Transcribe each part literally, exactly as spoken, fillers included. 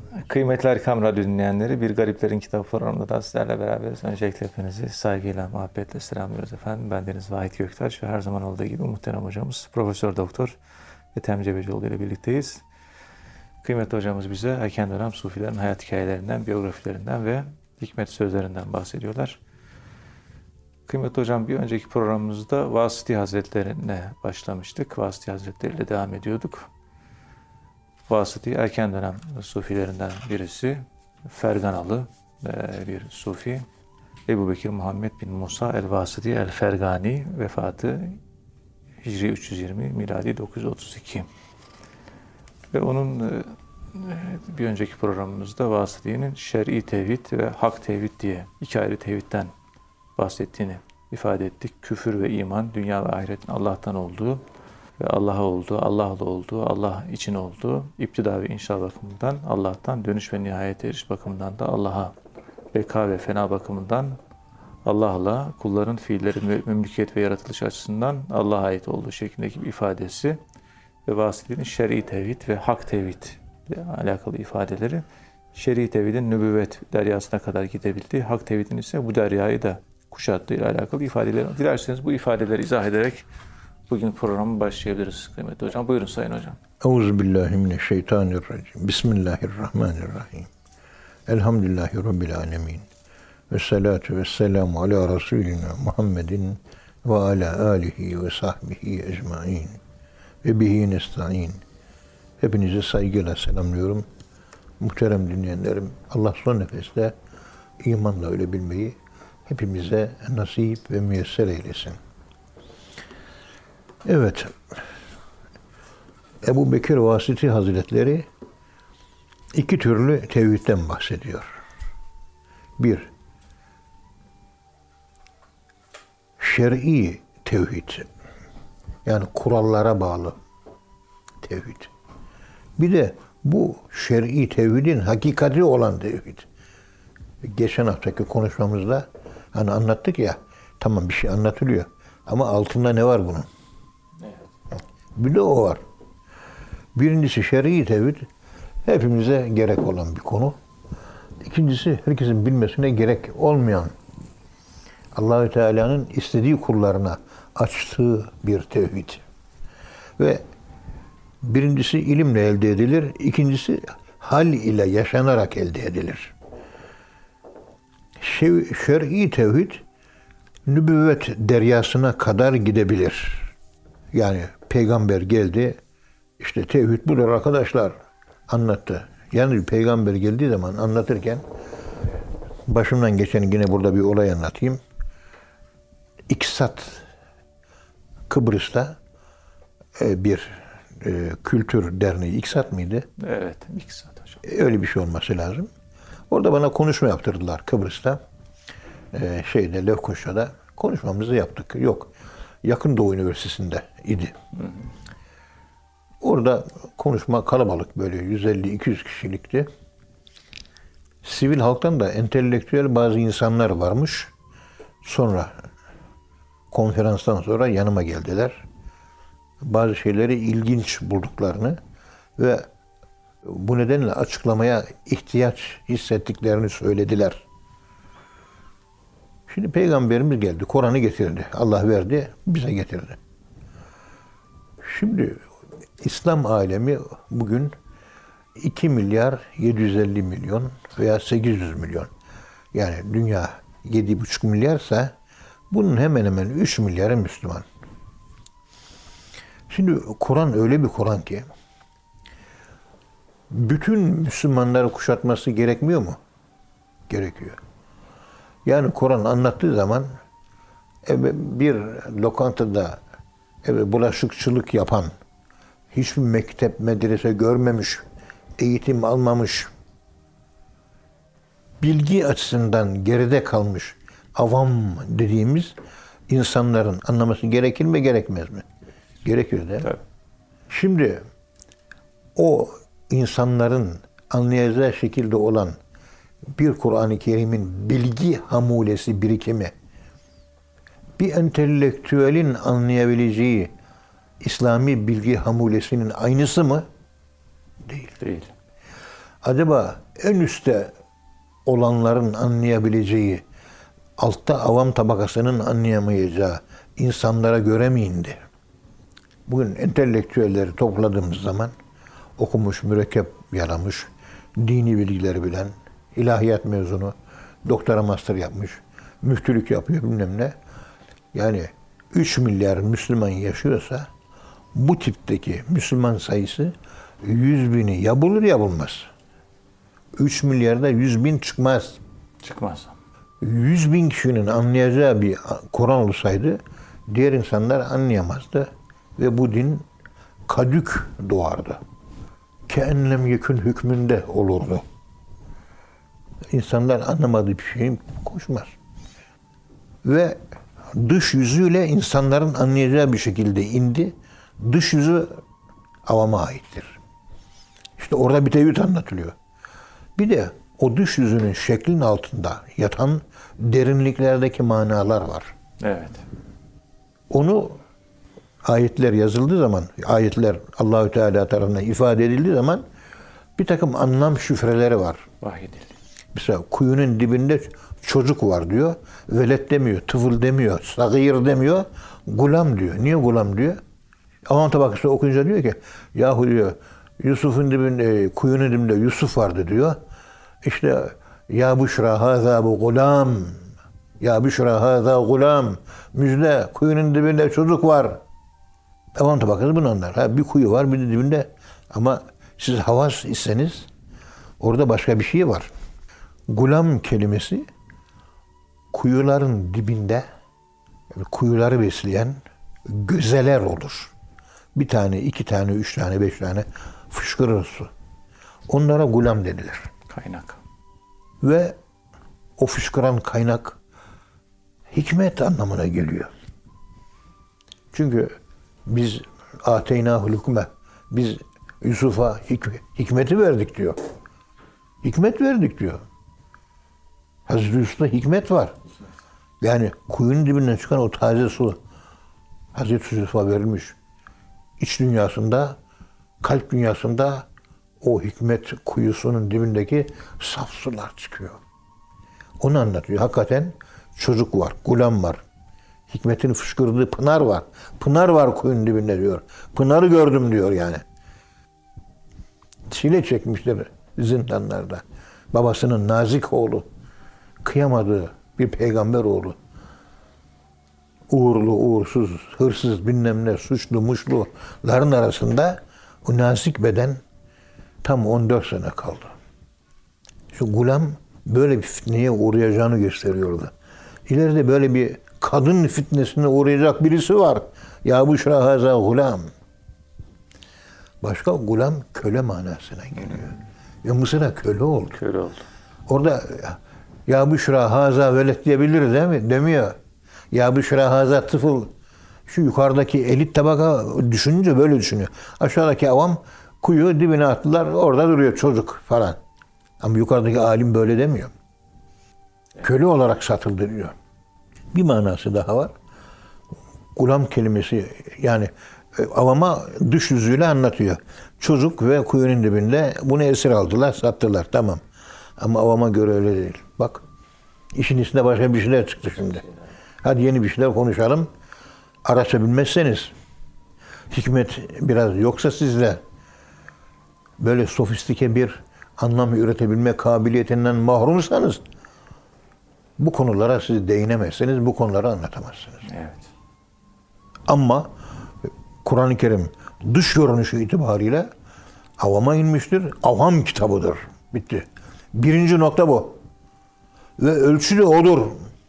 Kıymetli Erkam Radyo dinleyenleri, Bir Gariplerin Kitabı programında da sizlerle beraberiz. Öncelikle hepinizi saygıyla, muhabbetle selamlıyoruz efendim. Ben Deniz Vahit Göktaş ve her zaman olduğu gibi muhterem hocamız Profesör Doktor Ethem Cebecioğlu ile birlikteyiz. Kıymetli hocamız bize erken dönem Sufilerin hayat hikayelerinden, biyografilerinden ve hikmet sözlerinden bahsediyorlar. Kıymetli hocam, bir önceki programımızda Vasıti Hazretlerine başlamıştık. Vasıti Hazretleri ile devam ediyorduk. Vasıti erken dönem Sufilerinden birisi, Ferganalı bir Sufi. Ebu Bekir Muhammed bin Musa el-Vasıti el-Fergani, vefatı Hicri üç yüz yirmi, miladi dokuz yüz otuz iki. Ve onun bir önceki programımızda Vasıti'nin şer'i tevhid ve hak tevhid diye iki ayrı tevhidden bahsettiğini ifade ettik. Küfür ve iman, dünya ve ahiretin Allah'tan olduğu ve Allah'a olduğu, Allah'la olduğu, Allah için olduğu, iptida ve inşa bakımından Allah'tan, dönüş ve nihayet eriş bakımından da Allah'a, beka ve fena bakımından Allah'la, kulların fiilleri, mümlükiyet ve yaratılış açısından Allah'a ait olduğu şeklindeki bir ifadesi ve Vasıti'nin şer'i tevhid ve hak tevhid ile alakalı ifadeleri, şer'i tevhidin nübüvvet deryasına kadar gidebildiği, hak tevhidin ise bu deryayı da kuşattığı ile alakalı ifadeleri. Dilerseniz bu ifadeleri izah ederek bugün programı başlayabiliriz kıymetli hocam. Buyurun sayın hocam. Euzubillahimineşşeytanirracim. Bismillahirrahmanirrahim. Elhamdülillahi Rabbil alemin. Ve salatu ve selamu ala Resulina Muhammedin ve ala alihi ve sahbihi ecmain. Ve bihi nesta'in. Hepinize saygıyla selamlıyorum. Muhterem dinleyenlerim, Allah son nefeste imanla ölebilmeyi hepimize nasip ve müyesser eylesin. Evet, Ebu Bekir Vasıti Hazretleri iki türlü tevhidden bahsediyor. Bir, şer'i tevhid, yani kurallara bağlı tevhid. Bir de bu şer'i tevhidin hakikati olan tevhid. Geçen haftaki konuşmamızda hani anlattık ya, tamam bir şey anlatılıyor ama altında ne var bunun? Bir de o var. Birincisi şer'i tevhid, hepimize gerek olan bir konu. İkincisi herkesin bilmesine gerek olmayan, Allah-u Teala'nın istediği kullarına açtığı bir tevhid. Ve birincisi ilimle elde edilir, ikincisi hal ile yaşanarak elde edilir. Şer'i tevhid nübüvvet deryasına kadar gidebilir. Yani peygamber geldi, işte tevhid budur arkadaşlar anlattı. Yani peygamber geldiği zaman anlatırken başımdan geçen yine burada bir olay anlatayım. İksat, Kıbrıs'ta bir kültür derneği, İksat mıydı? Evet, İksat hocam. Öyle bir şey olması lazım. Orada bana konuşma yaptırdılar Kıbrıs'ta. Şeyde, Lefkoşa'da konuşmamızı yaptık. Yok. Yakın Doğu Üniversitesi'nde idi. Hı hı. Orada konuşma kalabalık, böyle yüz elli iki yüz kişilikti. Sivil halktan da entelektüel bazı insanlar varmış. Sonra konferanstan sonra yanıma geldiler. Bazı şeyleri ilginç bulduklarını ve bu nedenle açıklamaya ihtiyaç hissettiklerini söylediler. Şimdi Peygamberimiz geldi, Kur'an'ı getirdi. Allah verdi, bize getirdi. Şimdi İslam alemi bugün iki milyar yedi yüz elli milyon veya sekiz yüz milyon. Yani dünya yedi buçuk milyarsa bunun hemen hemen üç milyarı Müslüman. Şimdi Kur'an öyle bir Kur'an ki bütün Müslümanları kuşatması gerekmiyor mu? Gerekiyor. Yani Kur'an anlattığı zaman bir lokantada bulaşıkçılık yapan, hiçbir mektep, medrese görmemiş, eğitim almamış, bilgi açısından geride kalmış avam dediğimiz insanların anlaması gerekir mi, gerekmez mi? Gerekir de. Tabii. Şimdi o insanların anlayacağı şekilde olan bir Kur'an-ı Kerim'in bilgi hamulesi birikimi, bir entelektüelin anlayabileceği İslami bilgi hamulesinin aynısı mı? Değil. Değil. acaba en üstte olanların anlayabileceği, altta avam tabakasının anlayamayacağı insanlara göre mi indi? Bugün entelektüelleri topladığımız zaman okumuş, mürekkep yalamış, dini bilgileri bilen, ilahiyat mezunu, doktora master yapmış, müftülük yapıyor bilmem ne. Yani üç milyar Müslüman yaşıyorsa bu tipteki Müslüman sayısı yüz bini ya bulur ya bulmaz. üç milyarda yüz bin çıkmaz. Çıkmaz. yüz bin kişinin anlayacağı bir Kur'an olsaydı diğer insanlar anlayamazdı ve bu din kadük doğardı. Keenlem yekün hükmünde olurdu. İnsanlar anlamadığı bir şeyin koşmaz. Ve dış yüzüyle insanların anlayacağı bir şekilde indi. Dış yüzü avama aittir. İşte orada bir tevhid anlatılıyor. Bir de o dış yüzünün şeklin altında yatan derinliklerdeki manalar var. Evet. Onu ayetler yazıldığı zaman, ayetler Allahü Teala tarafından ifade edildiği zaman bir takım anlam şifreleri var. Vahyedildi. Mesela kuyunun dibinde çocuk var diyor. Velet demiyor, tıfıl demiyor, sagir demiyor, gulam diyor. Niye gulam diyor? Avam tabakası okuyunca diyor ki, yahu diyor, Yusuf'un dibinde, kuyunun dibinde Yusuf vardı diyor. İşte ya büşra haza bu gulam, ya büşra haza gulam, müjde, kuyunun dibinde çocuk var. Avam tabakası bunu anlar. Ha, bir kuyu var, bir de dibinde. Ama siz havas iseniz orada başka bir şey var. Gulam kelimesi kuyuların dibinde yani kuyuları besleyen gözeler olur. Bir tane, iki tane, üç tane, beş tane fışkırır su. Onlara gulam dediler. Kaynak. Ve o fışkıran kaynak hikmet anlamına geliyor. Çünkü biz ateynâhul hükme, biz Yusuf'a hik- hikmeti verdik diyor. Hikmet verdik diyor. Hazreti Yusuf'ta hikmet var. Yani kuyunun dibinden çıkan o taze su Hazreti Yusuf'a verilmiş. İç dünyasında, kalp dünyasında o hikmet kuyusunun dibindeki saf sular çıkıyor. Onu anlatıyor. Hakikaten çocuk var, gulam var. Hikmetin fışkırdığı pınar var. Pınar var kuyunun dibinde diyor. Pınarı gördüm diyor yani. Çile çekmişler zindanlarda. Babasının nazik oğlu, kıyamadığı bir peygamber oğlu. Uğurlu, uğursuz, hırsız, bilmem ne, suçlu, muşluların arasında o nazik beden tam on dört sene kaldı. Şu gulam böyle bir fitneye uğrayacağını gösteriyordu. İleride böyle bir kadın fitnesine uğrayacak birisi var. Ya bu şura haza gulam. Başka gulam köle manasına geliyor. Ve Mısır'a köle oldu. Köle oldu. Orada ya bu şura haza velet diyebiliriz değil mi? Demiyor. Ya bu şura haza tıfıl. Şu yukarıdaki elit tabaka düşününce böyle düşünüyor. Aşağıdaki avam kuyu dibine attılar. Orada duruyor çocuk falan. Ama yukarıdaki alim böyle demiyor. Köle olarak satıldı diyor. Bir manası daha var. Gulam kelimesi yani avama dış yüzüyle anlatıyor. Çocuk ve kuyunun dibinde bunu esir aldılar, sattılar. Tamam. Ama avama göre öyle değil. Bak işin içinde başka bir şeyler çıktı şimdi. Hadi yeni bir şeyler konuşalım. Arapça bilmezseniz, hikmet biraz yoksa sizde böyle sofistike bir anlam üretebilme kabiliyetinden mahrumsanız bu konulara siz değinemezseniz bu konuları anlatamazsınız. Evet. Ama Kur'an-ı Kerim dış görünüşü itibariyle avama inmiştir. Avham kitabıdır. Bitti. Birinci nokta bu. Ve ölçü de odur.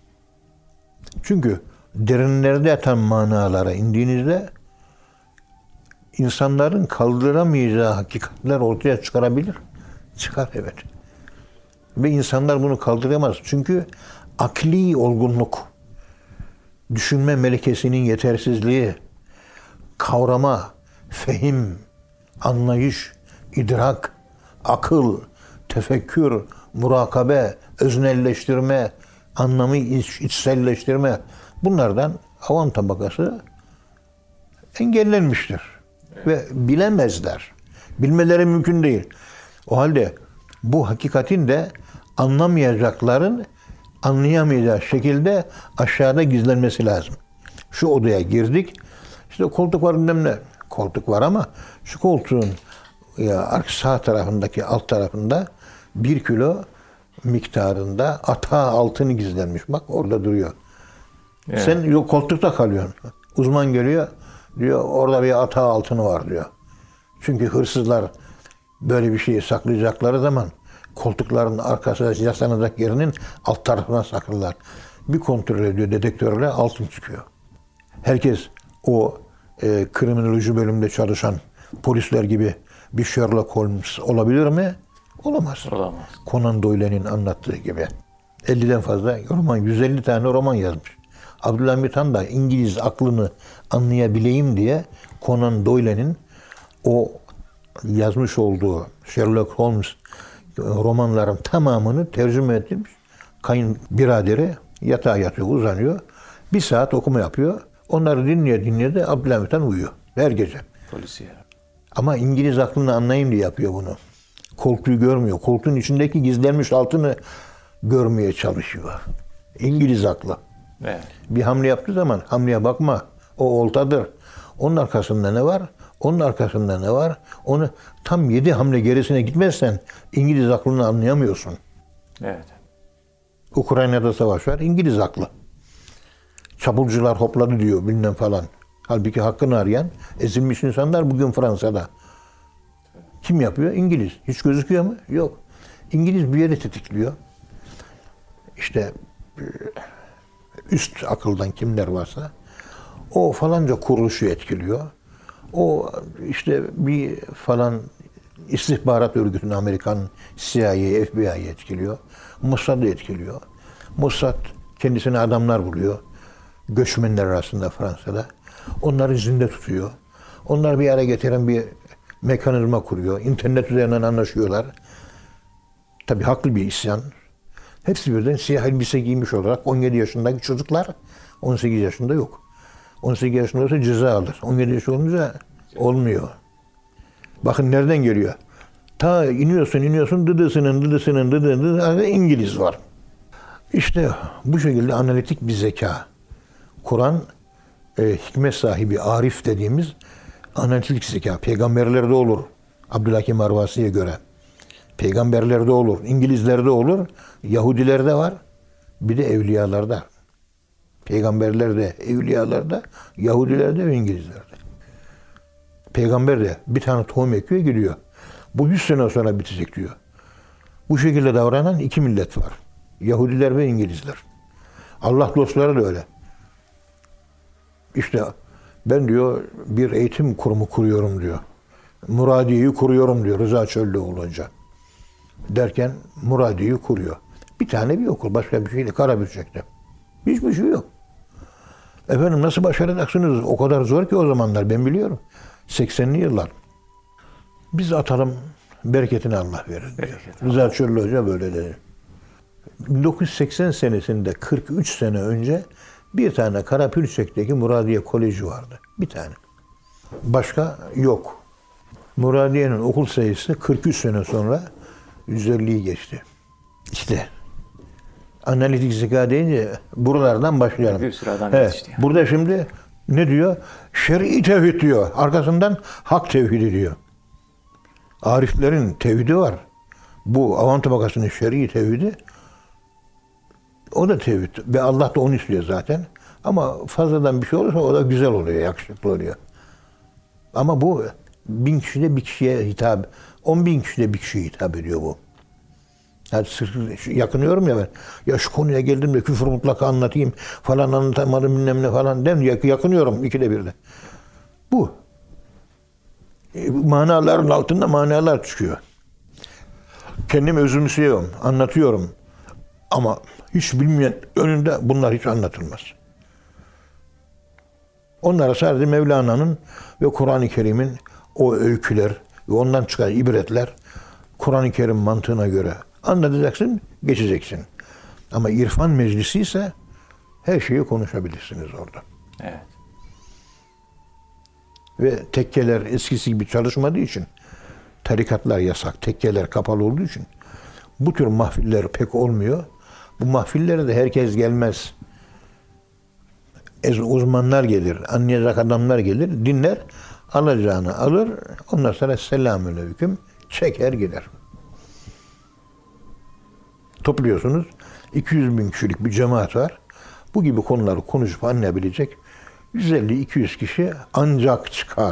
Çünkü derinlerde yatan manalara indiğinizde insanların kaldıramayacağı hakikatler ortaya çıkarabilir. Çıkar evet. Ve insanlar bunu kaldıramaz. Çünkü akli olgunluk, düşünme melekesinin yetersizliği, kavrama, fehim, anlayış, idrak, akıl, tefekkür, murakabe, öznelleştirme, anlamı iç, içselleştirme bunlardan avam tabakası engellenmiştir. Evet. Ve bilemezler. Bilmeleri mümkün değil. O halde bu hakikatin de anlamayacakların anlayamayacağı şekilde aşağıda gizlenmesi lazım. Şu odaya girdik. İşte koltuk var bilmem ne. Koltuk var ama şu koltuğun ya sağ tarafındaki alt tarafında bir kilo miktarında ata altını gizlenmiş. Bak orada duruyor. Evet. Sen yok koltukta kalıyorsun. Uzman geliyor diyor orada bir ata altını var diyor. Çünkü hırsızlar böyle bir şeyi saklayacakları zaman koltukların arkasına yaslanacak yerinin alt tarafına saklarlar. Bir kontrol ediyor dedektörle altın çıkıyor. Herkes o e, kriminoloji bölümünde çalışan polisler gibi bir Sherlock Holmes olabilir mi? Olamaz. Olamaz. Conan Doyle'nin anlattığı gibi. elliden fazla roman, yüz elli tane roman yazmış. Abdülhamit Han da İngiliz aklını anlayabileyim diye Conan Doyle'nin o yazmış olduğu Sherlock Holmes romanların tamamını tercüme etmiş. Kayınbiraderi yatağa yatıyor, uzanıyor. Bir saat okuma yapıyor. Onları dinleye dinleye de Abdülhamit Han uyuyor. Her gece. Polisiye. Ama İngiliz aklını anlayayım diye yapıyor bunu. Koltuğu görmüyor. Koltuğun içindeki gizlenmiş altını görmeye çalışıyor. İngiliz aklı. Evet. Bir hamle yaptığı zaman hamleye bakma. O oltadır. Onun arkasında ne var? Onun arkasında ne var? Onu tam yedi hamle gerisine gitmezsen İngiliz aklını anlayamıyorsun. Evet. Ukrayna'da savaş var. İngiliz aklı. Çapulcular hopladı diyor bilmem falan. Halbuki hakkını arayan ezilmiş insanlar bugün Fransa'da. Kim yapıyor? İngiliz. Hiç gözüküyor mu? Yok. İngiliz bir yeri tetikliyor. İşte üst akıldan kimler varsa o falanca kuruluşu etkiliyor. O işte bir falan istihbarat örgütünü Amerikan C I A, F B I'yi etkiliyor. Mossad'ı etkiliyor. Mossad kendisine adamlar buluyor. Göçmenler arasında Fransa'da. Onları zinde tutuyor. Onlar bir araya getiren bir mekanizma kuruyor. İnternet üzerinden anlaşıyorlar. Tabii haklı bir isyan. Hepsi birden siyah elbise giymiş olarak on yedi yaşındaki çocuklar on sekiz yaşında yok. on sekiz yaşında olsa ceza alır. on yedi yaş olunca olmuyor. Bakın nereden geliyor? Ta iniyorsun iniyorsun dıdısının dıdısının dıdısının İngiliz var. İşte bu şekilde analitik bir zeka. Kur'an e, hikmet sahibi, arif dediğimiz analitik zeka. Peygamberlerde olur. Abdülhakim Arvasi'ye göre. Peygamberlerde olur. İngilizlerde olur. Yahudilerde var. Bir de evliyalarda. Peygamberlerde, evliyalarda, Yahudilerde ve İngilizlerde. Peygamber de bir tane tohum ekiyor gidiyor. Bu yüz sene sonra bitecek diyor. Bu şekilde davranan iki millet var. Yahudiler ve İngilizler. Allah dostları da öyle. İşte ben diyor bir eğitim kurumu kuruyorum diyor. Muradiye'yi kuruyorum diyor Rıza Çöllüoğlu Hoca. Derken Muradiye'yi kuruyor. Bir tane bir okul, başka bir şeyle Karabük'te. Hiçbir şey yok. Efendim nasıl başaracaksınız? O kadar zor ki o zamanlar ben biliyorum. seksenli yıllar. Biz atalım bereketini Allah verir diyor. Rıza Çöllü Hoca böyle dedi. bin dokuz yüz seksen senesinde kırk üç sene önce bir tane Karapürçek'teki Muradiye Koleji vardı. Bir tane. Başka yok. Muradiye'nin okul sayısı kırk üç sene sonra yüz elliyi geçti. İşte analitik zeka deyince buralardan başlayalım. Bir sürü adam evet. yetişti yani. Burada şimdi ne diyor? Şer'i tevhid diyor. Arkasından hak tevhidi diyor. Ariflerin tevhidi var. Bu avam tabakasının şer'i tevhidi o da tevhid. Ve Allah da onu istiyor zaten. Ama fazladan bir şey olursa o da güzel oluyor, yakışıklı oluyor. Ama bu bin kişide bir kişiye hitap, on bin kişide bir kişiye hitap ediyor bu. Yani sırf yakınıyorum ya ben. Ya şu konuya geldim de küfür mutlaka anlatayım falan anlatamadım bilmem ne falan dem yakınıyorum ikide birde. Bu. E, manaların altında manalar çıkıyor. Kendimi özümsüyorum, anlatıyorum. Ama hiç bilmeyen önünde bunlar hiç anlatılmaz. Onlara sadece Mevlana'nın ve Kur'an-ı Kerim'in o öyküler ve ondan çıkan ibretler Kur'an-ı Kerim mantığına göre anlatacaksın, geçeceksin. Ama irfan meclisi ise her şeyi konuşabilirsiniz orada. Evet. Ve tekkeler eskisi gibi çalışmadığı için tarikatlar yasak, tekkeler kapalı olduğu için Bu tür mahfiller pek olmuyor. Bu mahfillere de herkes gelmez. Uzmanlar gelir, anlayacak adamlar gelir, dinler, alacağını alır, ondan sonra selamünaleyküm çeker gider. Topluyorsunuz, iki yüz bin kişilik bir cemaat var. Bu gibi konuları konuşup anlayabilecek yüz elli iki yüz kişi ancak çıkar.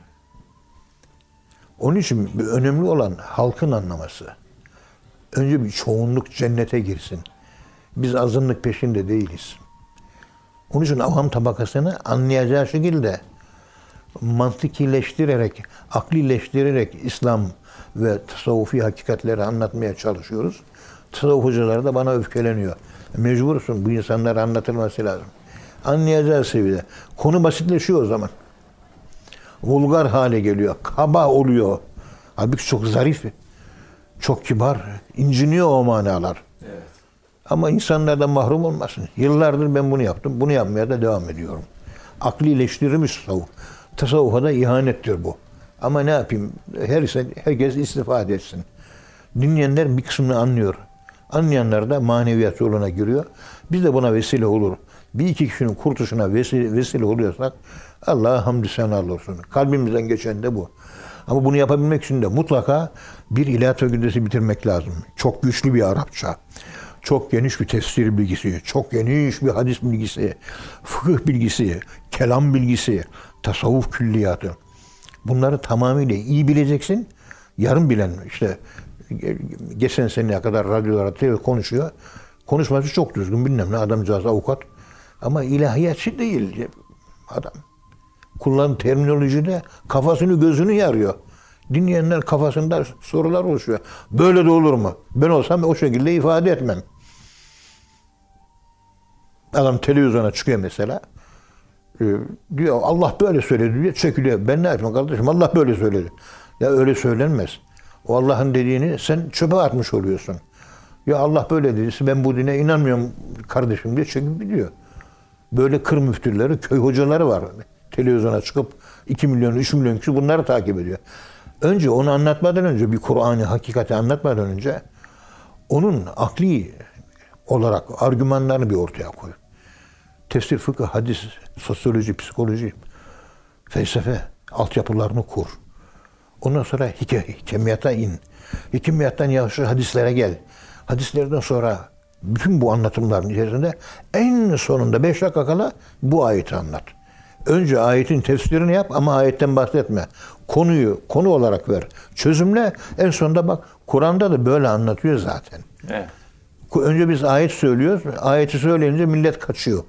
Onun için önemli olan halkın anlaması. Önce bir çoğunluk cennete girsin. Biz azınlık peşinde değiliz. Onun için avam tabakasını anlayacağı şekilde mantıkileştirerek, aklileştirerek İslam ve tasavvufi hakikatleri anlatmaya çalışıyoruz. Tasavvuf hocaları da bana öfkeleniyor. Mecbursun, bu insanlara anlatılması lazım. Anlayacağı seviyede. Konu basitleşiyor o zaman. Vulgar hale geliyor, kaba oluyor. Halbuki çok zarif, çok kibar, inciniyor o manalar. Evet. Ama insanlardan mahrum olmasın. Yıllardır ben bunu yaptım, bunu yapmaya da devam ediyorum. Aklileştirilmiş tasavvuf. Tasavvufa da ihanettir bu. Ama ne yapayım, her herkes istifade etsin. Dinleyenler bir kısmını anlıyor. Anlayanlar da maneviyat yoluna giriyor. Biz de buna vesile olur. Bir iki kişinin kurtuluşuna vesile, vesile oluyorsak Allah'a hamdü senalar olsun. Kalbimizden geçen de bu. Ama bunu yapabilmek için de mutlaka bir ilahiyat fakültesi bitirmek lazım. Çok güçlü bir Arapça, çok geniş bir tefsir bilgisi, çok geniş bir hadis bilgisi, fıkıh bilgisi, kelam bilgisi, tasavvuf külliyatı. Bunları tamamıyla iyi bileceksin. Yarım bilen işte geçen seneye kadar radyolarda konuşuyor. Konuşması çok düzgün, bilmem ne, adamcağız avukat. Ama ilahiyatçı değil adam. Kullanılan terminolojide kafasını gözünü yarıyor. Dinleyenler kafasında sorular oluşuyor. Böyle de olur mu? Ben olsam o şekilde ifade etmem. Adam televizyona çıkıyor mesela. Diyor Allah böyle söyledi diyor. Çekiliyor. Ben ne yapayım kardeşim? Allah böyle söyledi. Ya öyle söylenmez. O Allah'ın dediğini sen çöpe atmış oluyorsun. Ya Allah böyle dediyse ben bu dine inanmıyorum kardeşim diye çekip gidiyor. Böyle kır müftüleri, köy hocaları var. Televizyona çıkıp iki milyon, üç milyon kişi bunları takip ediyor. Önce onu anlatmadan önce, bir Kur'an'ı, hakikati anlatmadan önce onun akli olarak argümanlarını bir ortaya koy. Tefsir, fıkıh, hadis, sosyoloji, psikoloji, felsefe altyapılarını kur. Ondan sonra hike, hikemiyata in. Hikemiyattan yavaş hadislere gel. Hadislerden sonra bütün bu anlatımların içerisinde en sonunda beş dakika kala bu ayeti anlat. Önce ayetin tefsirini yap ama ayetten bahsetme. Konuyu konu olarak ver. Çözümle, en sonunda bak Kur'an'da da böyle anlatıyor zaten. Evet. Önce biz ayet söylüyoruz. Ayeti söyleyince millet kaçıyor.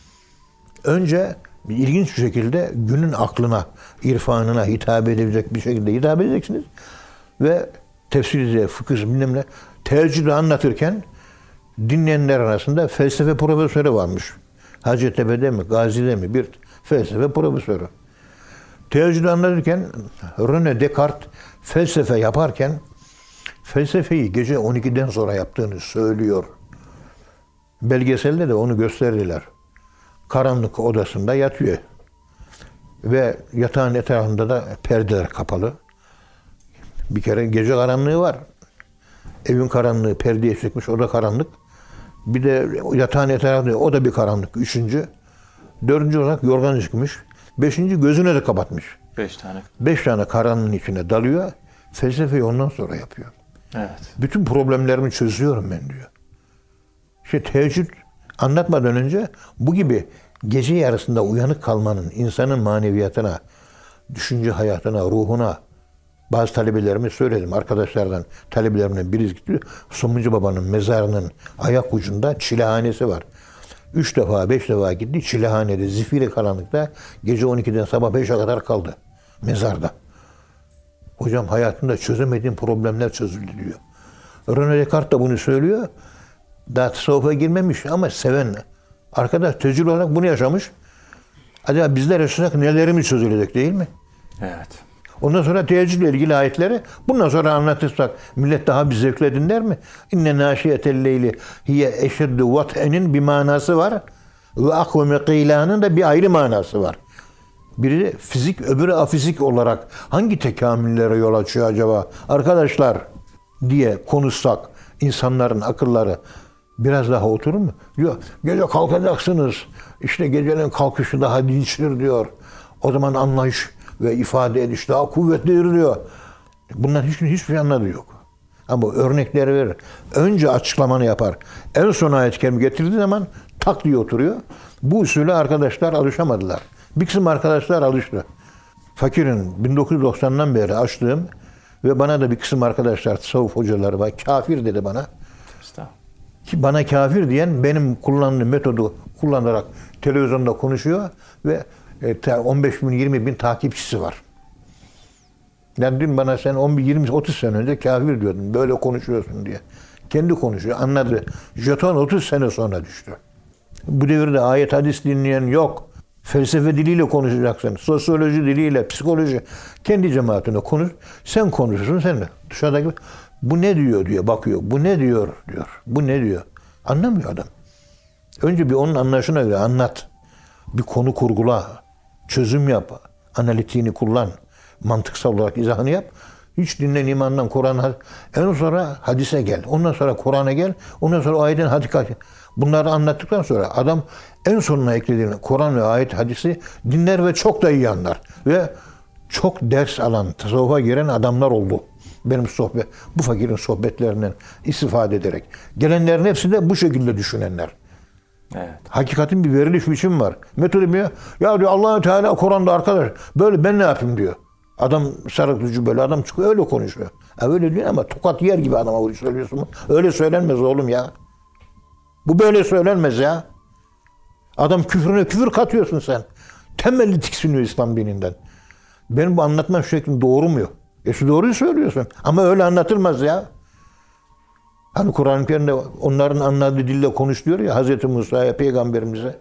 Önce bir ilginç bir şekilde günün aklına, irfanına hitap edebilecek bir şekilde hitap edeceksiniz. Ve tefsir, fıkıh, bilmem ne, teheccüdü anlatırken dinleyenler arasında felsefe profesörü varmış. Hacettepe'de mi, Gazi'de mi bir felsefe profesörü. Teheccüdü anlatırken René Descartes felsefe yaparken felsefeyi gece on ikiden sonra yaptığını söylüyor. Belgeselde de onu gösterdiler. Karanlık odasında yatıyor. Ve yatağın etrafında da perdeler kapalı. Bir kere gece karanlığı var. Evin karanlığı perdeye çekmiş, o da karanlık. Bir de yatağın etrafında, o da bir karanlık. Üçüncü. Dördüncü olarak yorgan çıkmış. Beşinci gözüne de kapatmış. Beş tane. Beş tane karanlığın içine dalıyor. Felsefeyi ondan sonra yapıyor. Evet. Bütün problemlerimi çözüyorum ben diyor. İşte teheccüd anlatmadan önce bu gibi gece yarısında uyanık kalmanın insanın maneviyatına, düşünce hayatına, ruhuna, bazı talebelerime söyledim. Arkadaşlardan, talebelerimden birisi gitti. Somuncu Baba'nın mezarının ayak ucunda çilehanesi var. Üç defa, beş defa gitti. Çilehanede, zifiri karanlıkta gece on ikiden sabah beşe kadar kaldı. Mezarda. Hocam hayatımda çözemediğim problemler çözüldü diyor. René Descartes da bunu söylüyor. Daha tasavvufa girmemiş ama seven arkadaş tecrübe olarak bunu yaşamış. Acaba bizler yaşasak nelerimiz çözülecek değil mi? Evet. Ondan sonra teheccüdle ilgili ayetleri bundan sonra anlatırsak millet daha bir zevkle dinler mi? İnne nâşiyetel leyli hiye eşeddu vat'enin bir manası var. Ve akveme kıylanın da bir ayrı manası var. Biri fizik, öbürü afizik olarak hangi tekamüllere yol açıyor acaba? Arkadaşlar diye konuşsak, insanların akılları biraz daha oturur mu? Diyor, gece kalkacaksınız. İşte gecenin kalkışı daha dinçtir diyor. O zaman anlayış ve ifade ediş daha kuvvetlidir diyor. Bunların hiç, hiçbir şey anladığı yok. Ama örnekleri verir. Önce açıklamanı yapar. En son ayet-i kerime getirdiği zaman tak diye oturuyor. Bu usule arkadaşlar alışamadılar. Bir kısım arkadaşlar alıştı. Fakirin bin dokuz yüz doksandan beri açtığım ve bana da bir kısım arkadaşlar tasavvuf hocaları var. Kafir dedi bana. Ki bana kafir diyen benim kullandığım metodu kullanarak televizyonda konuşuyor ve on beş bin yirmi bin takipçisi var. Yani dün bana sen on bin yirmi otuz sene önce kafir diyordun. Böyle konuşuyorsun diye. Kendi konuşuyor. Anladı. Jeton otuz sene sonra düştü. Bu devirde ayet hadis dinleyen yok. Felsefe diliyle konuşacaksın. Sosyoloji diliyle, psikoloji. Kendi cemaatine konuş. Sen konuşursun sen de. Dışarıdaki bu ne diyor diye bakıyor. Bu ne diyor diyor. Bu ne diyor. Anlamıyor adam. Önce bir onun anlayışına göre anlat. Bir konu kurgula. Çözüm yap. Analitiğini kullan. Mantıksal olarak izahını yap. Hiç dinlen imandan, Kur'an'a. En sonra hadise gel. Ondan sonra Kur'an'a gel. Ondan sonra ayetin hadikati. Bunları anlattıktan sonra adam en sonuna eklediğini Kur'an ve ayet hadisi dinler ve çok da iyi anlar. Ve çok ders alan, tasavvufa giren adamlar oldu. Benim sohbet, bu fakirin sohbetlerinden istifade ederek. Gelenlerin hepsi de bu şekilde düşünenler. Evet. Hakikatin bir veriliş biçimi var. Metodu diyor, ya diyor Allah-u Teala Kur'an'da arkadaş, böyle ben ne yapayım diyor. Adam sarıklıcı böyle adam çıkıyor öyle konuşuyor. Ya öyle diyor ama tokat yer gibi adama söylüyorsun. Öyle söylenmez oğlum ya. Bu böyle söylenmez ya. Adam küfrüne küfür katıyorsun sen. Temelli tiksiniyor İslam dininden. Benim bu anlatmam şeklim doğru mu? E şu doğruyu söylüyorsun. Ama öyle anlatılmaz ya. Hani Kur'an-ı Kerim'de onların anladığı dille konuş diyor ya Hazreti Musa'ya, Peygamberimize.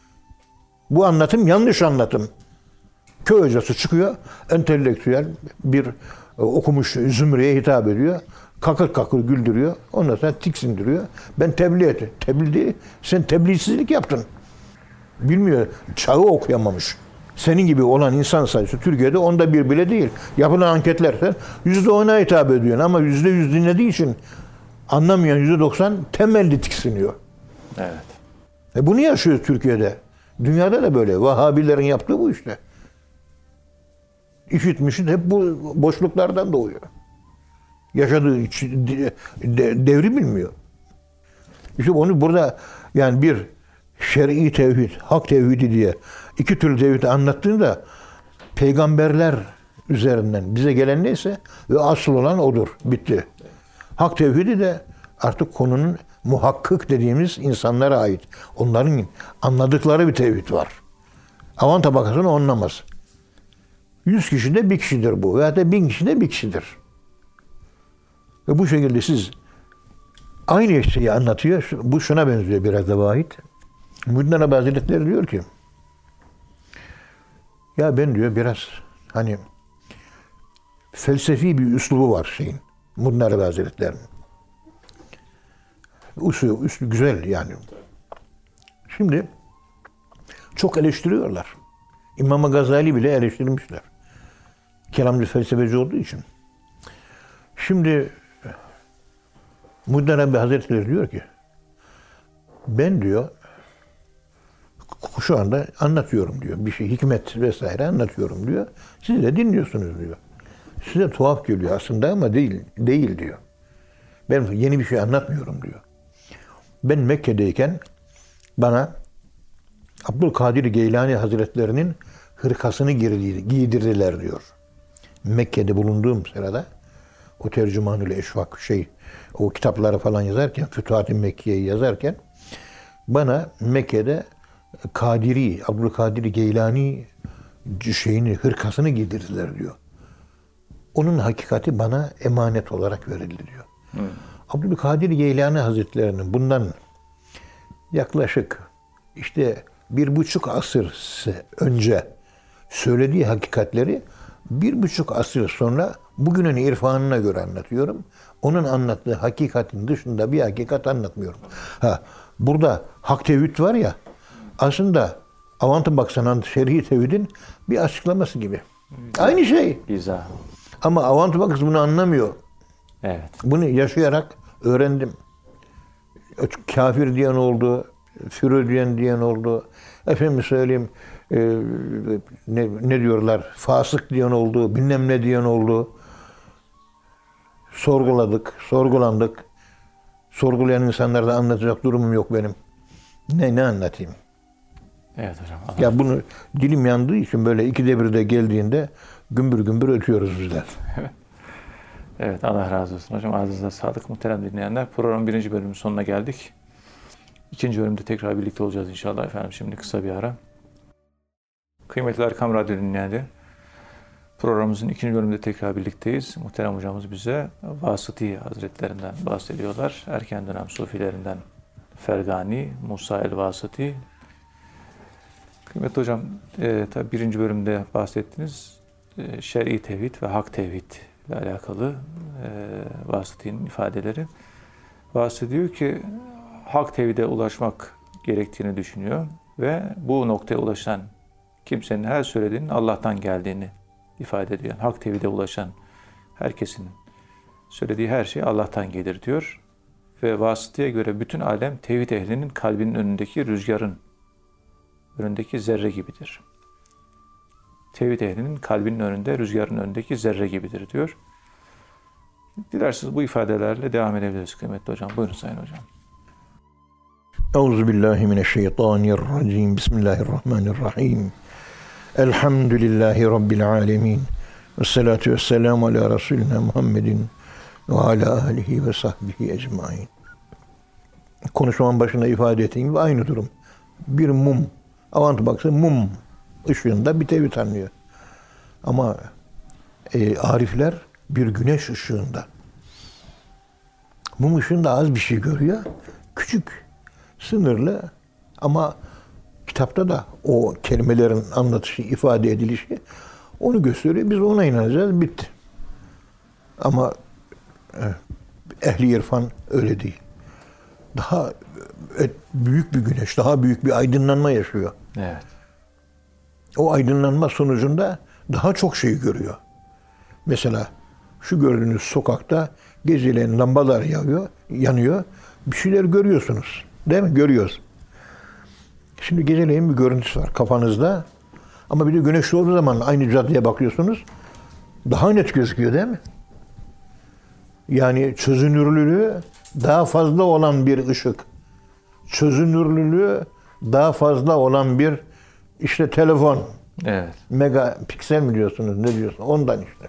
Bu anlatım yanlış anlatım. Köy hocası çıkıyor, entelektüel bir okumuş zümreye hitap ediyor. Kakır kakır güldürüyor. Ondan sonra tiksindiriyor. Ben tebliğ ettim. Tebliğ değil, sen tebliğsizlik yaptın. Bilmiyor, çağı okuyamamış. Senin gibi olan insan sayısı Türkiye'de onda bir bile değil. Yapılan anketler yüzde ona hitap ediyor ama yüzde yüz dinlediği için anlamayan yüzde doksan temelli tiksiniyor. Evet. E bunu yaşıyoruz Türkiye'de. Dünyada da böyle. Vahabilerin yaptığı bu işte. İşitmişin hep bu boşluklardan doğuyor. Yaşadığı devri bilmiyor. İşte onu burada yani bir şer'i tevhid, hak tevhidi diye iki türlü tevhidi anlattığında peygamberler üzerinden bize gelen neyse ve asıl olan odur. Bitti. Hak tevhidi de artık konunun muhakkık dediğimiz insanlara ait. Onların anladıkları bir tevhid var. Avan tabakasını anlamaz. Yüz kişide bir kişidir bu. Veya da bin kişide bir kişidir. Ve bu şekilde siz aynı şeyi anlatıyor. Bu şuna benziyor biraz da Vahit. Muhyiddin Arabi Hazretleri diyor ki ya ben diyor biraz hani felsefi bir üslubu var şeyin. Muhyiddin Arabi Hazretleri'nin. Usul, üslü güzel yani. Şimdi çok eleştiriyorlar. İmam Gazali bile eleştirmişler. Kelamcı felsefeci olduğu için. Şimdi Muhyiddin Arabi Hazretleri diyor ki ben diyor şu anda anlatıyorum diyor. Bir şey hikmet vesaire anlatıyorum diyor. Siz de dinliyorsunuz diyor. Size tuhaf geliyor aslında ama değil değil diyor. Ben yeni bir şey anlatmıyorum diyor. Ben Mekke'deyken bana Abdülkadir Geylani Hazretlerinin hırkasını giydirdiler diyor. Mekke'de bulunduğum sırada o Tercümanül Eşvak şey o kitapları falan yazarken Fütuhat-ı Mekke'yi yazarken bana Mekke'de Kadiri, Abdülkadir Geylani şeyini, hırkasını giydirdiler diyor. Onun hakikati bana emanet olarak verildi diyor. Hmm. Abdülkadir Geylani Hazretlerinin bundan yaklaşık işte bir buçuk asır önce söylediği hakikatleri bir buçuk asır sonra bugünün irfanına göre anlatıyorum. Onun anlattığı hakikatin dışında bir hakikat anlatmıyorum. Ha, burada hak tevhid var ya, aslında Avantı Baksanan Şerhi Tevhid'in bir açıklaması gibi. Güzel. Aynı şey. Güzel. Ama Avantı Baksanan bunu anlamıyor. Evet. Bunu yaşayarak Öğrendim. Kafir diyen oldu, fürü diyen diyen oldu. Efendim söyleyeyim, e, ne, ne diyorlar, fasık diyen oldu, bilmem ne diyen oldu. Sorguladık, sorgulandık. Sorgulayan insanlarda anlatacak durumum yok benim. Ne ne anlatayım? Evet hocam. Allah. Ya bunu dilim yandığı için böyle ikide birde geldiğinde gümbür gümbür ötüyoruz bizler. Evet, Allah razı olsun hocam. Ağzınıza sağlık muhterem dinleyenler. Programın birinci bölümünün sonuna geldik. İkinci bölümde tekrar birlikte olacağız inşallah efendim. Şimdi kısa bir ara. Kıymetli Erkam Radyo dinleyenleri, programımızın ikinci bölümünde tekrar birlikteyiz. Muhterem hocamız bize Vasıti Hazretlerinden bahsediyorlar. Erken dönem sufilerinden Fergani, Musa el-Vasıti. Kıymetli hocam, e, tabi birinci bölümde bahsettiniz. E, şer'i tevhid ve hak tevhid ile alakalı e, Vasıti'nin ifadeleri. Vasıti diyor ki hak tevhide ulaşmak gerektiğini düşünüyor ve bu noktaya ulaşan kimsenin her söylediğinin Allah'tan geldiğini ifade ediyor. Yani hak tevhide ulaşan herkesin söylediği her şey Allah'tan gelir diyor. Ve Vasıti'ye göre bütün alem tevhid ehlinin kalbinin önündeki rüzgarın önündeki zerre gibidir. Tevhid ehlinin kalbinin önünde, rüzgarın önündeki zerre gibidir diyor. Dilerseniz bu ifadelerle devam edebiliriz kıymetli hocam. Buyurun sayın hocam. Euzubillahimineşşeytanirracim. Bismillahirrahmanirrahim. Elhamdülillahi Rabbil alemin. Vessalatu vesselamu ala Resulina Muhammedin ve ala alihi ve sahbihi ecmain. Konuşmanın başında ifade ettiğim gibi aynı durum. Bir mum, avant baksa mum ışığında bir tevhid anlıyor. Ama e, arifler bir güneş ışığında. Mum ışığında az bir şey görüyor. Küçük, sınırlı ama kitapta da o kelimelerin anlatışı, ifade edilişi onu gösteriyor. Biz ona inanacağız. Bitti. Ama ehli irfan öyle değil. Daha büyük bir güneş, daha büyük bir aydınlanma yaşıyor. Evet. O aydınlanma sonucunda daha çok şey görüyor. Mesela şu gördüğünüz sokakta geceleyin lambalar yanıyor, yanıyor. Bir şeyler görüyorsunuz. Değil mi? Görüyoruz. Şimdi geceleyin bir görüntüsü var kafanızda. Ama bir de güneş doğduğu zaman aynı caddeye bakıyorsunuz. Daha net gözüküyor değil mi? Yani çözünürlülüğü daha fazla olan bir ışık. Çözünürlülüğü daha fazla olan bir işte telefon. Evet. Megapiksel mi diyorsunuz? Ne diyorsunuz? Ondan işte.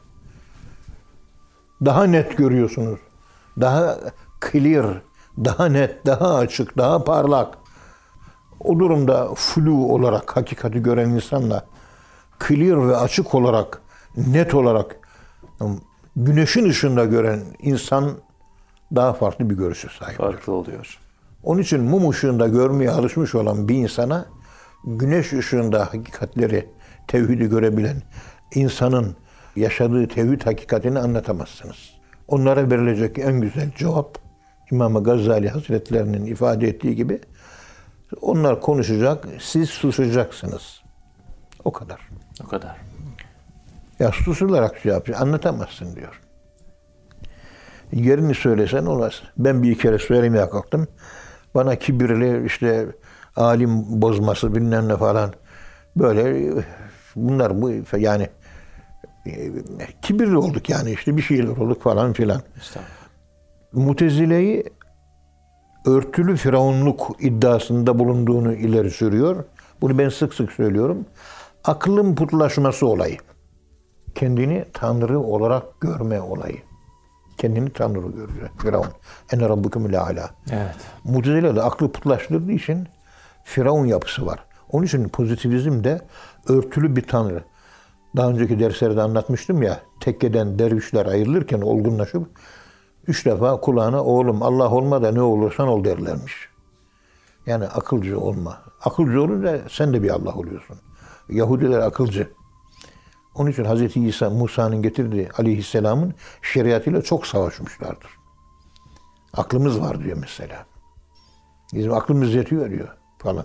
Daha net görüyorsunuz. Daha clear, daha net, daha açık, daha parlak. O durumda flu olarak hakikati gören insanla clear ve açık olarak, net olarak güneşin ışığında gören insan daha farklı bir görüşe sahip. Farklı oluyor. Onun için mum ışığında görmeye alışmış olan bir insana güneş ışığında hakikatleri, tevhidi görebilen insanın yaşadığı tevhid hakikatini anlatamazsınız. Onlara verilecek en güzel cevap İmam Gazali Hazretlerinin ifade ettiği gibi onlar konuşacak, siz susacaksınız. O kadar. O kadar. Ya susularak şey yapıyor, anlatamazsın diyor. Yerini söylesen olmaz. Ben bir kere söylemeye kalktım. Bana kibirli işte alim bozması bilmem ne falan böyle bunlar bu yani kibirli olduk yani işte bir şeyler olduk falan filan. Mutezile'yi örtülü firavunluk iddiasında bulunduğunu ileri sürüyor. Bunu ben sık sık söylüyorum. Aklın putlaşması olayı. Kendini Tanrı olarak görme olayı. Kendini Tanrı görüyor. Firavun. Ene rabbukumul a'la. Evet. Mutezile'de aklı putlaştırdığı için Firavun yapısı var. Onun için pozitivizm de örtülü bir Tanrı. Daha önceki derslerde anlatmıştım ya, tekkeden dervişler ayrılırken olgunlaşıp üç defa kulağına oğlum Allah olma da ne olursan ol derlermiş. Yani akılcı olma. Akılcı olunca sen de bir Allah oluyorsun. Yahudiler akılcı. Onun için Hz. İsa, Musa'nın getirdiği aleyhisselamın şeriatıyla çok savaşmışlardır. Aklımız var diyor mesela. Bizim aklımız yetiyor diyor falan.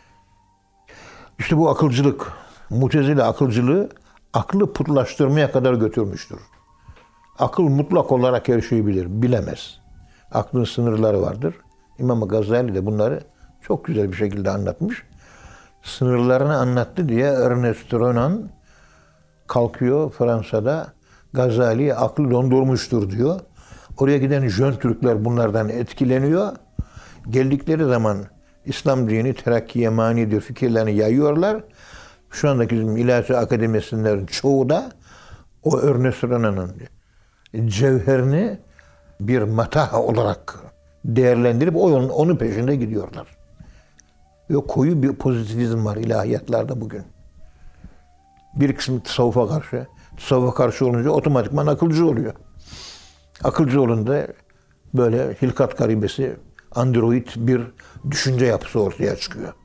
İşte bu akılcılık, Mutezile akılcılığı aklı putlaştırmaya kadar götürmüştür. Akıl mutlak olarak her şeyi bilir, bilemez. Aklın sınırları vardır. İmam Gazali de bunları çok güzel bir şekilde anlatmış. Sınırlarını anlattı diye Ernest Renan kalkıyor Fransa'da Gazali'ye aklı dondurmuştur diyor. Oraya giden Jön Türkler bunlardan etkileniyor. Geldikleri zaman İslam dini terakkiye manidir fikirlerini yayıyorlar. Şu andaki bizim ilahi akademisyenlerin çoğu da o Ernest Renan'ın cevherini bir matah olarak değerlendirip onun, onun peşinde gidiyorlar. Ve koyu bir pozitivizm var ilahiyatlarda bugün. Bir kısım tasavvufa karşı, tasavvufa karşı olunca otomatikman akılcı oluyor. Akılcı olunca böyle hilkat garibesi, android bir düşünce yapısı ortaya çıkıyor.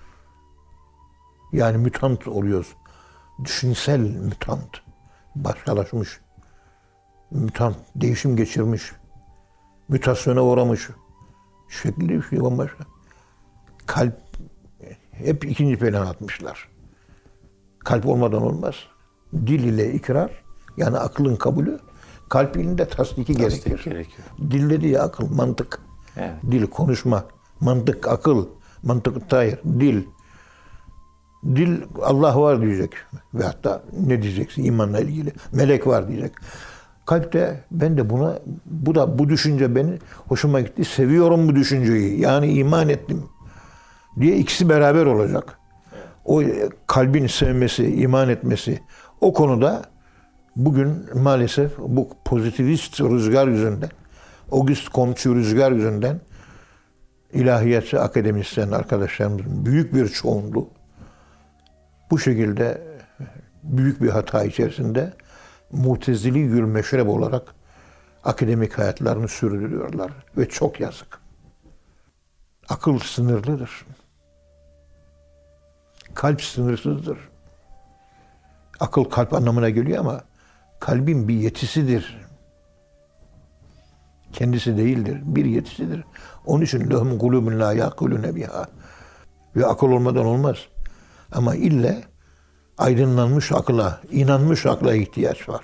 Yani mutant oluyoruz. Düşünsel mutant. Başkalaşmış. Mutant, değişim geçirmiş. Mutasyona uğramış. Şekli değişiyor bambaşka. Kalp hep ikinci plana atmışlar. Kalp olmadan olmaz. Dil ile ikrar, yani aklın kabulü, kalp ilinde tasdiki Tasdik gerekir. gerekiyor. Dil diye akıl, mantık. Evet. Dil, konuşma, mantık, akıl, mantık, tayir, dil. Dil Allah var diyecek. Ve hatta ne diyeceksin imanla ilgili? Melek var diyecek. Kalpte ben de buna, bu da bu düşünce beni hoşuma gitti. Seviyorum bu düşünceyi. Yani iman ettim diye ikisi beraber olacak. O kalbin sevmesi, iman etmesi o konuda bugün maalesef bu pozitivist rüzgar yüzünden, Auguste Comte rüzgar yüzünden ilahiyatçı akademisyen arkadaşlarımızın büyük bir çoğunluğu bu şekilde büyük bir hata içerisinde Mutezili yül meşrep olarak akademik hayatlarını sürdürüyorlar ve çok yazık. Akıl sınırlıdır. Kalp sınırsızdır. Akıl kalp anlamına geliyor ama kalbin bir yetisidir. Kendisi değildir. Bir yetisidir. Onun için lehum kulubun la yaqulune biha. Ve akıl olmadan olmaz. Ama ille aydınlanmış akla, inanmış akla ihtiyaç var.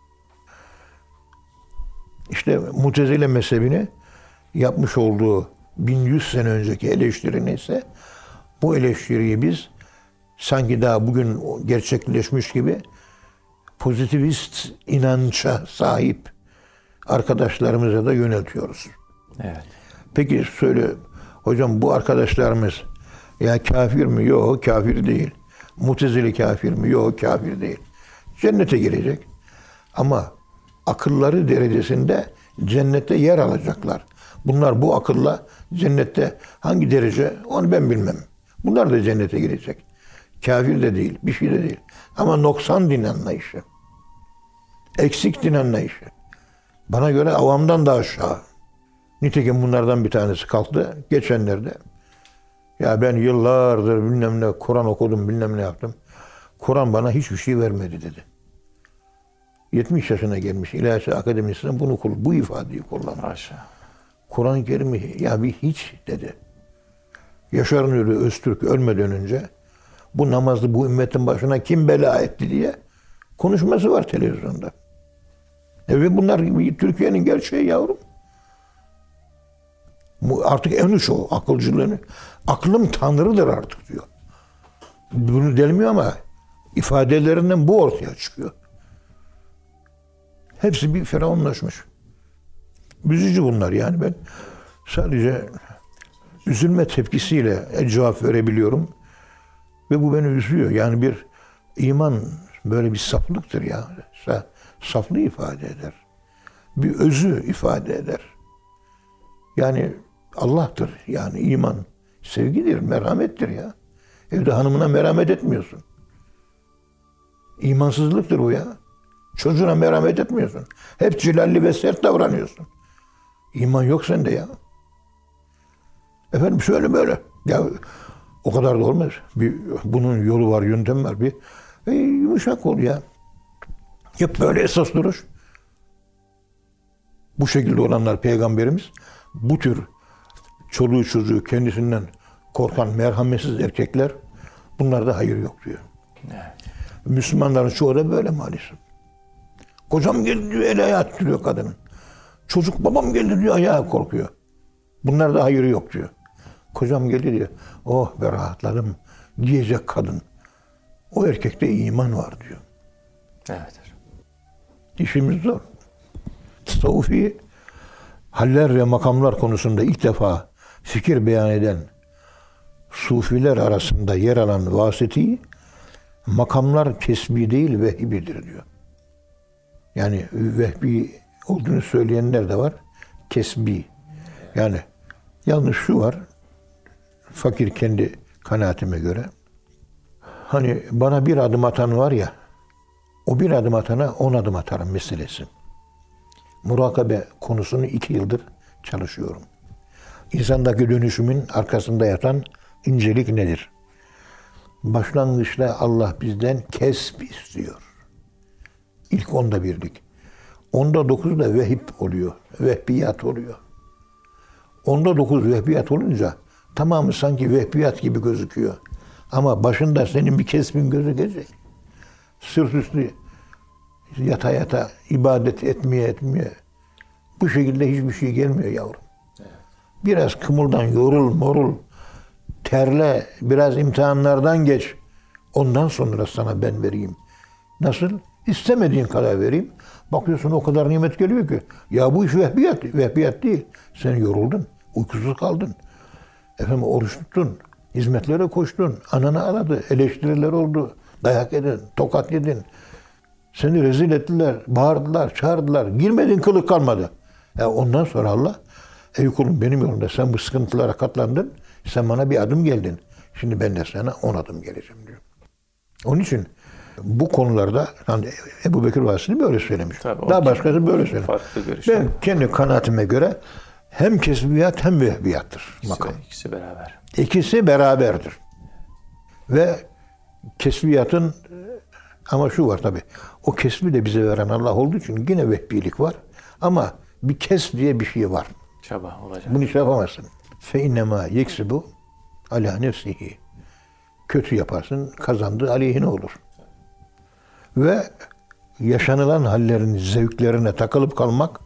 İşte Mutezile mezhebini yapmış olduğu bin yüz sene önceki eleştiri neyse bu eleştiriyi biz sanki daha bugün gerçekleşmiş gibi pozitivist inança sahip arkadaşlarımıza da yöneltiyoruz. Evet. Peki söyle hocam, bu arkadaşlarımız ya kafir mi? Yok, kafir değil. Mutezili kafir mi? Yok, kafir değil. Cennete girecek. Ama akılları derecesinde cennette yer alacaklar. Bunlar bu akılla cennette hangi derece onu ben bilmem. Bunlar da cennete girecek. Kafir de değil, bir şey de değil. Ama noksan din anlayışı. Eksik din anlayışı. Bana göre avamdan da aşağı. Nitekim bunlardan bir tanesi kalktı geçenlerde. Ya ben yıllardır bilmem ne Kur'an okudum, bilmem ne yaptım. Kur'an bana hiçbir şey vermedi dedi. yetmiş yaşına gelmiş İlahi Akademisi'nden bunu bu ifadeyi kullandı. Aşağı. Kur'an-ı Kerim'i ya bir hiç dedi. Yaşar Nuri Öztürk ölmeden önce bu namazı bu ümmetin başına kim bela etti diye konuşması var televizyonda. E ve bunlar Türkiye'nin gerçeği yavrum. Artık en uç o akılcılığını. Aklım Tanrı'dır artık diyor. Bunu delmiyor ama ifadelerinden bu ortaya çıkıyor. Hepsi bir firavunlaşmış. Üzücü bunlar yani, ben sadece üzülme tepkisiyle cevap verebiliyorum. Ve bu beni üzüyor. Yani bir iman böyle bir saflıktır ya. Saflığı ifade eder. Bir özü ifade eder. Yani Allah'tır. Yani iman sevgidir, merhamettir ya. Evde hanımına merhamet etmiyorsun. İmansızlıktır bu ya. Çocuğuna merhamet etmiyorsun. Hep cilalli ve sert davranıyorsun. İman yok sende ya. Efendim şöyle böyle. Ya o kadar da olmaz. Bir, bunun yolu var, yöntem var. Bir e, yumuşak ol ya. Hep böyle esas duruş. Bu şekilde olanlar peygamberimiz. Bu tür çoluğu çocuğu kendisinden korkan merhametsiz erkekler, bunlarda hayır yok diyor. Evet. Müslümanların çoğu da böyle maalesef. Kocam geldi diyor, el ayağı titriyor kadının. Çocuk babam geldi diyor, ayağa korkuyor. Bunlarda hayırı yok diyor. Kocam geldi diyor. Oh be rahatladım diyecek kadın. O erkekte iman var diyor. Evet. İşimiz zor. Tasavvufi haller ve makamlar konusunda ilk defa fikir beyan eden sufiler arasında yer alan vasiti, makamlar kesbi değil vehbidir diyor. Yani vehbi olduğunu söyleyenler de var. Kesbi. Yani yalnız şu var, fakir kendi kanaatime göre. Hani bana bir adım atan var ya, o bir adım atana on adım atarım meselesi. Murakabe konusunu iki yıldır çalışıyorum. İnsandaki dönüşümün arkasında yatan incelik nedir? Başlangıçta Allah bizden kesb istiyor. İlk onda birlik. Onda dokuz da vehib oluyor. Vehbiyat oluyor. Onda dokuz vehbiyat olunca tamamı sanki vehbiyat gibi gözüküyor. Ama başında senin bir kesbin gözükecek. Sırt üstü yata yata ibadet etmeye etmeye bu şekilde hiçbir şey gelmiyor yavrum. Biraz kımıldan, yorul, morul, terle, biraz imtihanlardan geç. Ondan sonra sana ben vereyim. Nasıl? İstemediğin kadar vereyim. Bakıyorsun o kadar nimet geliyor ki. Ya bu iş vehbiyat, vehbiyat değil. Sen yoruldun, uykusuz kaldın. Efendim oruç tuttun, hizmetlere koştun, ananı aradı, eleştiriler oldu, dayak yedin, tokat yedin. Seni rezil ettiler, bağırdılar, çağırdılar. Girmedin, kılık kalmadı. Ya ondan sonra Allah, ey kulum benim yolumda sen bu sıkıntılara katlandın, sen bana bir adım geldin. Şimdi ben de sana on adım geleceğim diyor. Onun için bu konularda hani Ebu Bekir Vasili böyle söylemiş. Tabii, daha başkası böyle söylemiş. Farklı görüşler. Ben kendi kanaatime göre hem kesbiyat hem vehbiyattır İkisi, makam. ikisi beraber. İkisi beraberdir. Ve kesbiyatın ama şu var tabi. O kesbi de bize veren Allah olduğu için yine vehbilik var. Ama bir kesb diye bir şey var. Çaba olacak. Bunu şey yapamazsın. Fe innema yeksibu ala nefsihi. Kötü yaparsın, kazandığı aleyhine olur. Ve yaşanılan hallerin zevklerine takılıp kalmak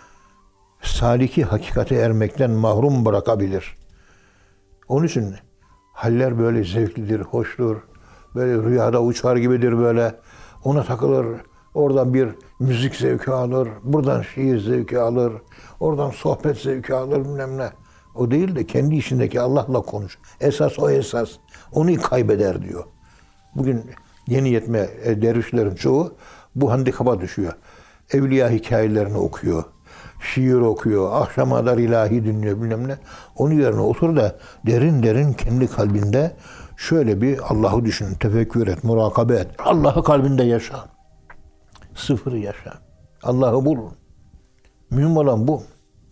saliki hakikate ermekten mahrum bırakabilir. Onun için haller böyle zevklidir, hoştur. Böyle rüyada uçar gibidir böyle. Ona takılır. Oradan bir müzik zevki alır. Buradan şiir zevki alır. Oradan sohbet zevki alır bilmem ne. O değil de kendi içindeki Allah'la konuş. Esas o esas. Onu kaybeder diyor. Bugün yeni yetme dervişlerin çoğu bu handikapa düşüyor. Evliya hikayelerini okuyor. Şiir okuyor. Akşama kadar ilahi dinliyor bilmem ne. Onun yerine otur da derin derin kendi kalbinde şöyle bir Allah'ı düşün. Tefekkür et, murakabe et. Allah'ı kalbinde yaşa. Sıfırı yaşa. Allah'ı bul. Mühim olan bu.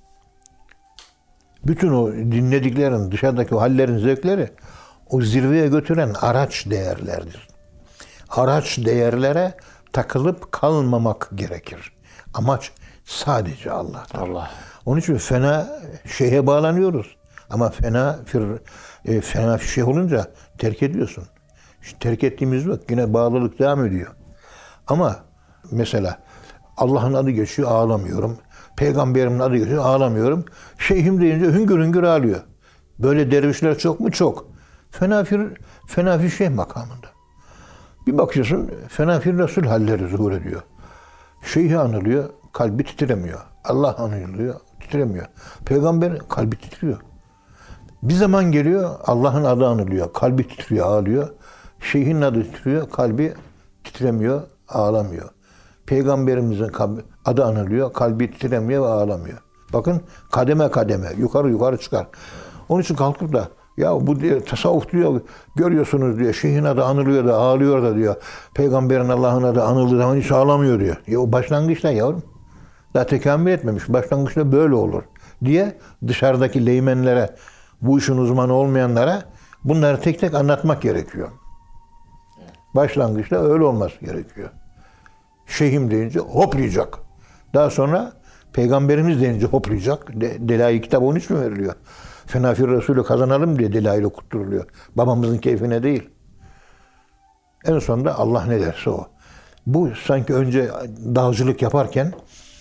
Bütün o dinlediklerin, dışarıdaki o hallerin zevkleri o zirveye götüren araç değerlerdir. Araç değerlere takılıp kalmamak gerekir. Amaç sadece Allah'tır. Allah. Onun için fena şeyhe bağlanıyoruz. Ama fena fir, e, fena bir şey olunca terk ediyorsun. İşte terk ettiğimiz vakit yine bağlılık devam ediyor. Ama mesela Allah'ın adı geçiyor ağlamıyorum. Peygamberimin adı geçiyor ağlamıyorum. Şeyhim deyince hüngür hüngür ağlıyor. Böyle dervişler çok mu? Çok. Fenafir, fenafir şeyh makamında. Bir bakıyorsun fenafir Resul halleri zuhur ediyor. Şeyhi anılıyor, kalbi titremiyor. Allah anılıyor, titremiyor. Peygamber kalbi titriyor. Bir zaman geliyor, Allah'ın adı anılıyor, kalbi titriyor, ağlıyor. Şeyhin adı titriyor, kalbi titremiyor, ağlamıyor. Peygamberimizin adı anılıyor, kalbi titremiyor ve ağlamıyor. Bakın kademe kademe, yukarı yukarı çıkar. Onun için kalkıp da ya bu diyor, tasavvuf diyor, görüyorsunuz diyor, şeyhin adı anılıyor da ağlıyor da diyor. Peygamberin Allah'ın adı anıldığı zaman hiç ağlamıyor diyor. Ya o başlangıçta yavrum. Daha tekamül etmemiş. Başlangıçta böyle olur diye dışarıdaki leymenlere, bu işin uzmanı olmayanlara bunları tek tek anlatmak gerekiyor. Başlangıçta öyle olması gerekiyor. Şeyhim deyince hoplayacak. Daha sonra Peygamberimiz deyince hoplayacak. De, Delail kitabı onun için veriliyor. Fenafir Resulü kazanalım diye Delail okutturuluyor. Babamızın keyfine değil. En sonunda Allah ne derse o. Bu sanki önce dağcılık yaparken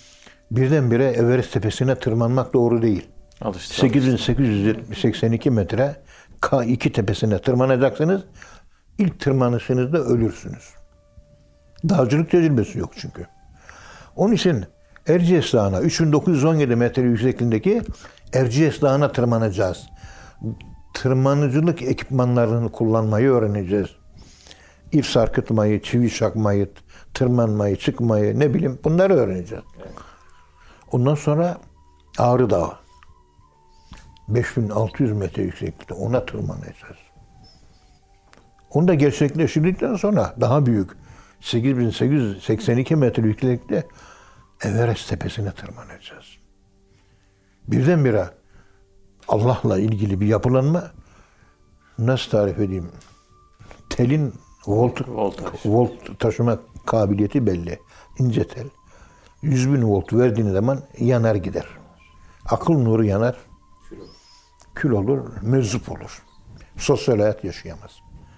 birdenbire Everest tepesine tırmanmak doğru değil. Alıştı, sekiz bin sekiz yüz seksen iki metre K iki tepesine tırmanacaksınız. İlk tırmanışınızda ölürsünüz. Dağcılık tecrübesi yok çünkü. Onun için Erciyes Dağı'na üç bin dokuz yüz on yedi metre yüksekliğindeki Erciyes Dağı'na tırmanacağız. Tırmanıcılık ekipmanlarını kullanmayı öğreneceğiz. İp sarkıtmayı, çivi çakmayı, tırmanmayı, çıkmayı, ne bileyim bunları öğreneceğiz. Ondan sonra Ağrı Dağı. beş bin altı yüz metre yükseklikte ona tırmanacağız. Onu da gerçekleştirdikten sonra daha büyük sekiz bin sekiz yüz seksen iki metre yükseklikte Everest tepesine tırmanacağız. Birdenbire Allah'la ilgili bir yapılanma, nasıl tarif edeyim? Telin volt, volt taşıma kabiliyeti belli. İnce tel. yüz bin volt verdiğiniz zaman yanar gider. Akıl nuru yanar. Kül olur, meczup olur. Sosyal hayat yaşayamaz.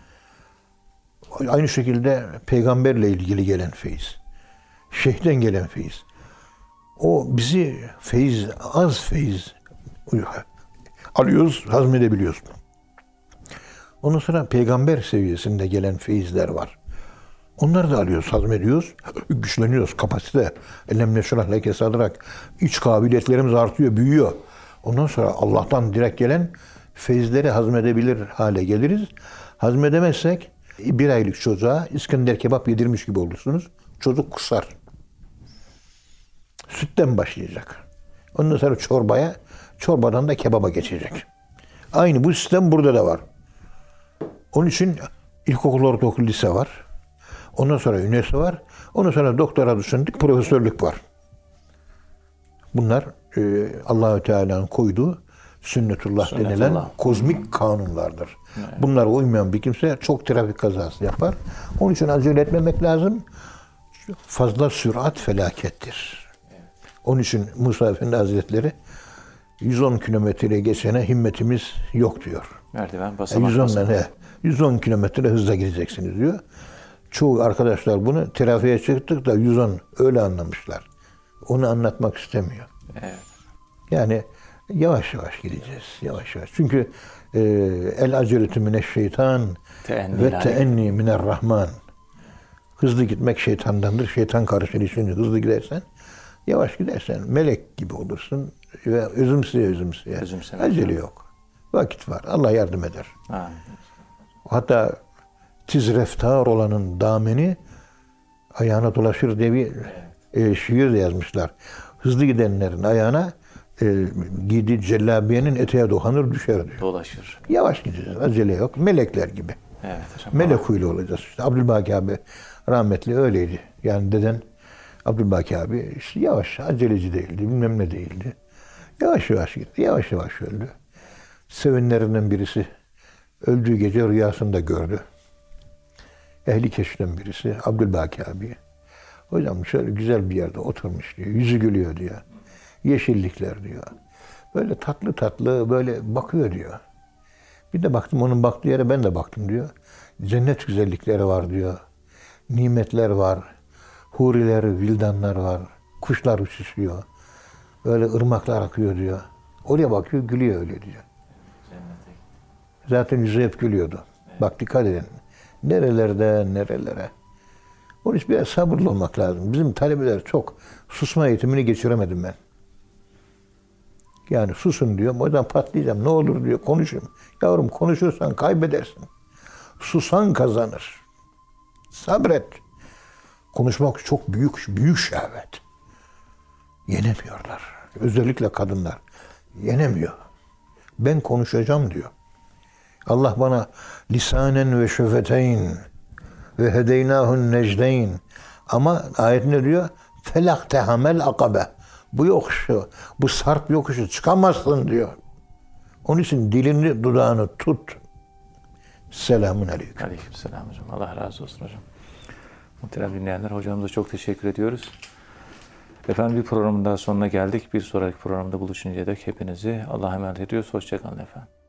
Aynı şekilde peygamberle ilgili gelen feyiz. Şeyhten gelen feyiz. O bizi feyiz, az feyiz alıyoruz, hazmedebiliyoruz. Ondan sonra peygamber seviyesinde gelen feyizler var. Onları da alıyoruz, hazmediyoruz, güçleniyoruz, kapasite. Ellem neşrah leke sadrak. İç kabiliyetlerimiz artıyor, büyüyor. Ondan sonra Allah'tan direkt gelen feyizleri hazmedebilir hale geliriz. Hazmedemezsek bir aylık çocuğa İskender kebap yedirmiş gibi olursunuz. Çocuk kusar. Sütten başlayacak. Ondan sonra çorbaya, çorbadan da kebaba geçecek. Aynı bu sistem burada da var. Onun için ilkokul, ortaokul, lise var. Ondan sonra üniversite var. Ondan sonra doktora düşündük, profesörlük var. Bunlar e, Allah-u Teala'nın koyduğu sünnetullah, sünnetullah denilen kozmik kanunlardır. Evet. Bunlara uymayan bir kimse çok trafik kazası yapar. Onun için acele etmemek lazım. Fazla sürat felakettir. Evet. Onun için Musa Efendi Hazretleri yüz on kilometre geçene himmetimiz yok diyor. Merdiven basamak yüz on, basamak. He, yüz on kilometre hızla gideceksiniz diyor. Çoğu arkadaşlar bunu trafiğe çıktık da yüz on öyle anlamışlar. Onu anlatmak istemiyor. Evet. Yani yavaş yavaş gideceğiz. Yavaş yavaş. Çünkü e, el aceletü mineşşeytan ve teenni minerrahman. Hızlı gitmek şeytandandır. Şeytan karışır için hızlı gidersen, yavaş gidersen melek gibi olursun ve özümseye özümseye. Özümseme. Acele yok. Vakit var. Allah yardım eder. Amin. Hatta tiz reftar olanın dameni ayağına dolaşır diye bir e, şiir de yazmışlar. Hızlı gidenlerin ayağına e, giydiği cellabiyenin eteğe dokanır düşer diyor. Dolaşır. Yavaş gideceğiz. Acele yok. Melekler gibi. Evet hocam. Melek huylu olacağız. İşte Abdülbaki abi rahmetli öyleydi. Yani deden Abdülbaki abi işte yavaş, aceleci değildi. Bilmem ne değildi. Yavaş yavaş gitti. Yavaş yavaş öldü. Sevenlerinden birisi öldüğü gece rüyasında gördü. Ehli keşften birisi Abdülbaki abi. Hocam şöyle güzel bir yerde oturmuş diyor. Yüzü gülüyor diyor. Yeşillikler diyor. Böyle tatlı tatlı böyle bakıyor diyor. Bir de baktım onun baktığı yere ben de baktım diyor. Cennet güzellikleri var diyor. Nimetler var. Huriler, vildanlar var. Kuşlar uçuşuyor. Böyle ırmaklar akıyor diyor. Oraya bakıyor, gülüyor öyle diyor. Zaten yüzü hep gülüyordu. Bak dikkat edin. Nerelerden nerelere. Onun için biraz sabırlı olmak lazım. Bizim talebeler çok susma eğitimini geçiremedim ben. Yani susun diyor. O yüzden patlayacağım. Ne olur diyor. Konuşun. Yavrum konuşursan kaybedersin. Susan kazanır. Sabret. Konuşmak çok büyük büyük şehvet. Yenemiyorlar. Özellikle kadınlar. Yenemiyor. Ben konuşacağım diyor. Allah bana lisanen ve şöfeteyn ve hedeynâhun necdeyn. Ama ayet ne diyor? Felak tehamel akabe. Bu yokuşu, bu sarp yokuşu çıkamazsın diyor. Onun için dilini, dudağını tut. Selamun aleyküm. Aleyküm selam hocam. Allah razı olsun hocam. Muhterem dinleyenler, hocamıza çok teşekkür ediyoruz. Efendim bir programın daha sonuna geldik. Bir sonraki programda buluşuncaya dek hepinizi Allah'a emanet ediyoruz. Hoşça kalın efendim.